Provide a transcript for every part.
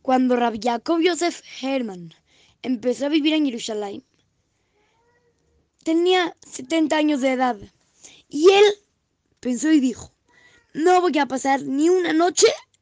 Cuando Rabbi Jacob Yosef Herman empezó a vivir en Jerusalén, tenía 70 años de edad y él pensó y dijo: no voy a pasar ni una noche,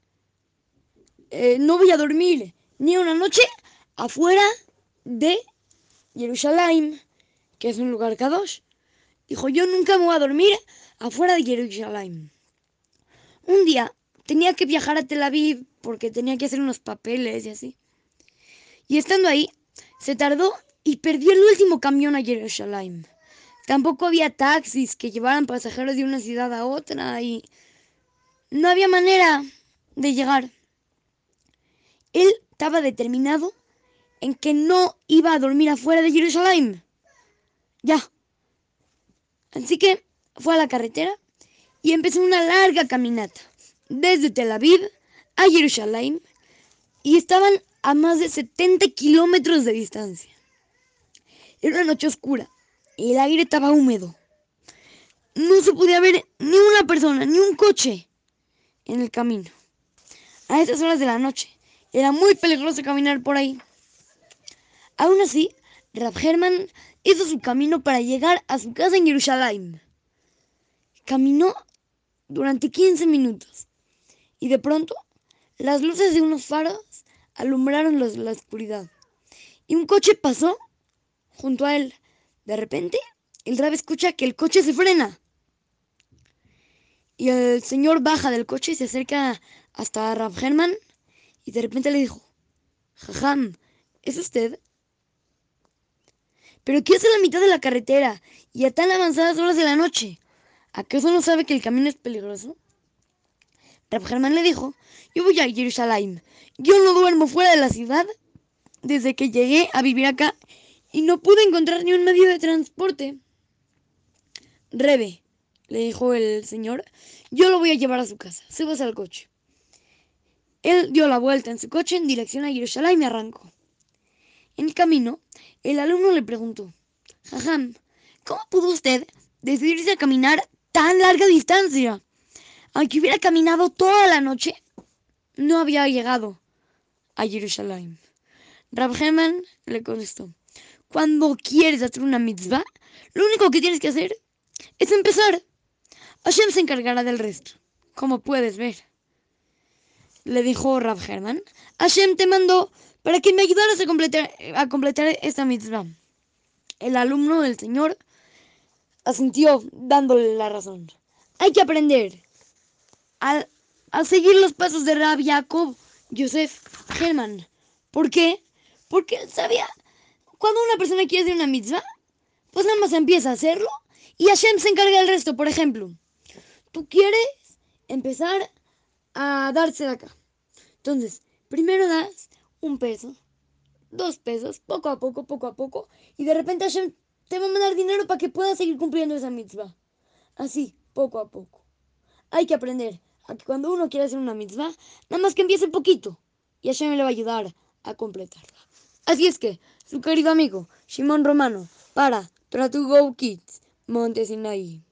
no voy a dormir ni una noche afuera de Jerusalén, que es un lugar kadosh. Dijo: yo nunca me voy a dormir afuera de Jerusalén. Un día tenía que viajar a Tel Aviv porque tenía que hacer unos papeles y así. Y estando ahí, se tardó y perdió el último camión a Jerusalén. Tampoco había taxis que llevaran pasajeros de una ciudad a otra y no había manera de llegar. Él estaba determinado en que no iba a dormir afuera de Jerusalén. Ya. Así que fue a la carretera y empezó una larga caminata desde Tel Aviv a Jerusalén, y estaban a más de 70 kilómetros de distancia. Era una noche oscura y el aire estaba húmedo. No se podía ver ni una persona, ni un coche en el camino. A esas horas de la noche era muy peligroso caminar por ahí. Aún así, Rab Herman hizo su camino para llegar a su casa en Jerusalén. Caminó durante 15 minutos y de pronto las luces de unos faros alumbraron la oscuridad y un coche pasó junto a él. De repente, el Rab escucha que el coche se frena y el señor baja del coche y se acerca hasta Rab Herman y de repente le dijo: Jajam, ¿es usted? ¿Pero qué hace a la mitad de la carretera y a tan avanzadas horas de la noche? ¿Acaso no sabe que el camino es peligroso? Rab Herman le dijo: yo voy a Jerusalén. Yo no duermo fuera de la ciudad desde que llegué a vivir acá y no pude encontrar ni un medio de transporte. Rebe, le dijo el señor, yo lo voy a llevar a su casa. Subas al coche. Él dio la vuelta en su coche en dirección a Jerusalén y arrancó. En el camino, el alumno le preguntó: Jajam, ¿cómo pudo usted decidirse a caminar tan larga distancia? Aunque hubiera caminado toda la noche, no había llegado a Jerusalén. Rab Herman le contestó: cuando quieres hacer una mitzvah, lo único que tienes que hacer es empezar. Hashem se encargará del resto, como puedes ver. Le dijo Rab Herman: Hashem te mandó para que me ayudaras a completar esta mitzvah. El alumno del señor asintió, dándole la razón. Hay que aprender a seguir los pasos de Rab Jacob Yosef Herman. ¿Por qué? Porque él sabía, cuando una persona quiere hacer una mitzvah, pues nada más empieza a hacerlo y Hashem se encarga del resto. Por ejemplo, tú quieres empezar a darse de acá. Entonces, primero das un peso, 2 pesos, poco a poco, y de repente Hashem te va a mandar dinero para que puedas seguir cumpliendo esa mitzvah. Así, poco a poco. Hay que aprender a que cuando uno quiere hacer una mitzvah, nada más que empiece poquito, y Hashem le va a ayudar a completarla. Así es que, su querido amigo Shimon Romano, para Try to Go Kids, Monte Sinaí.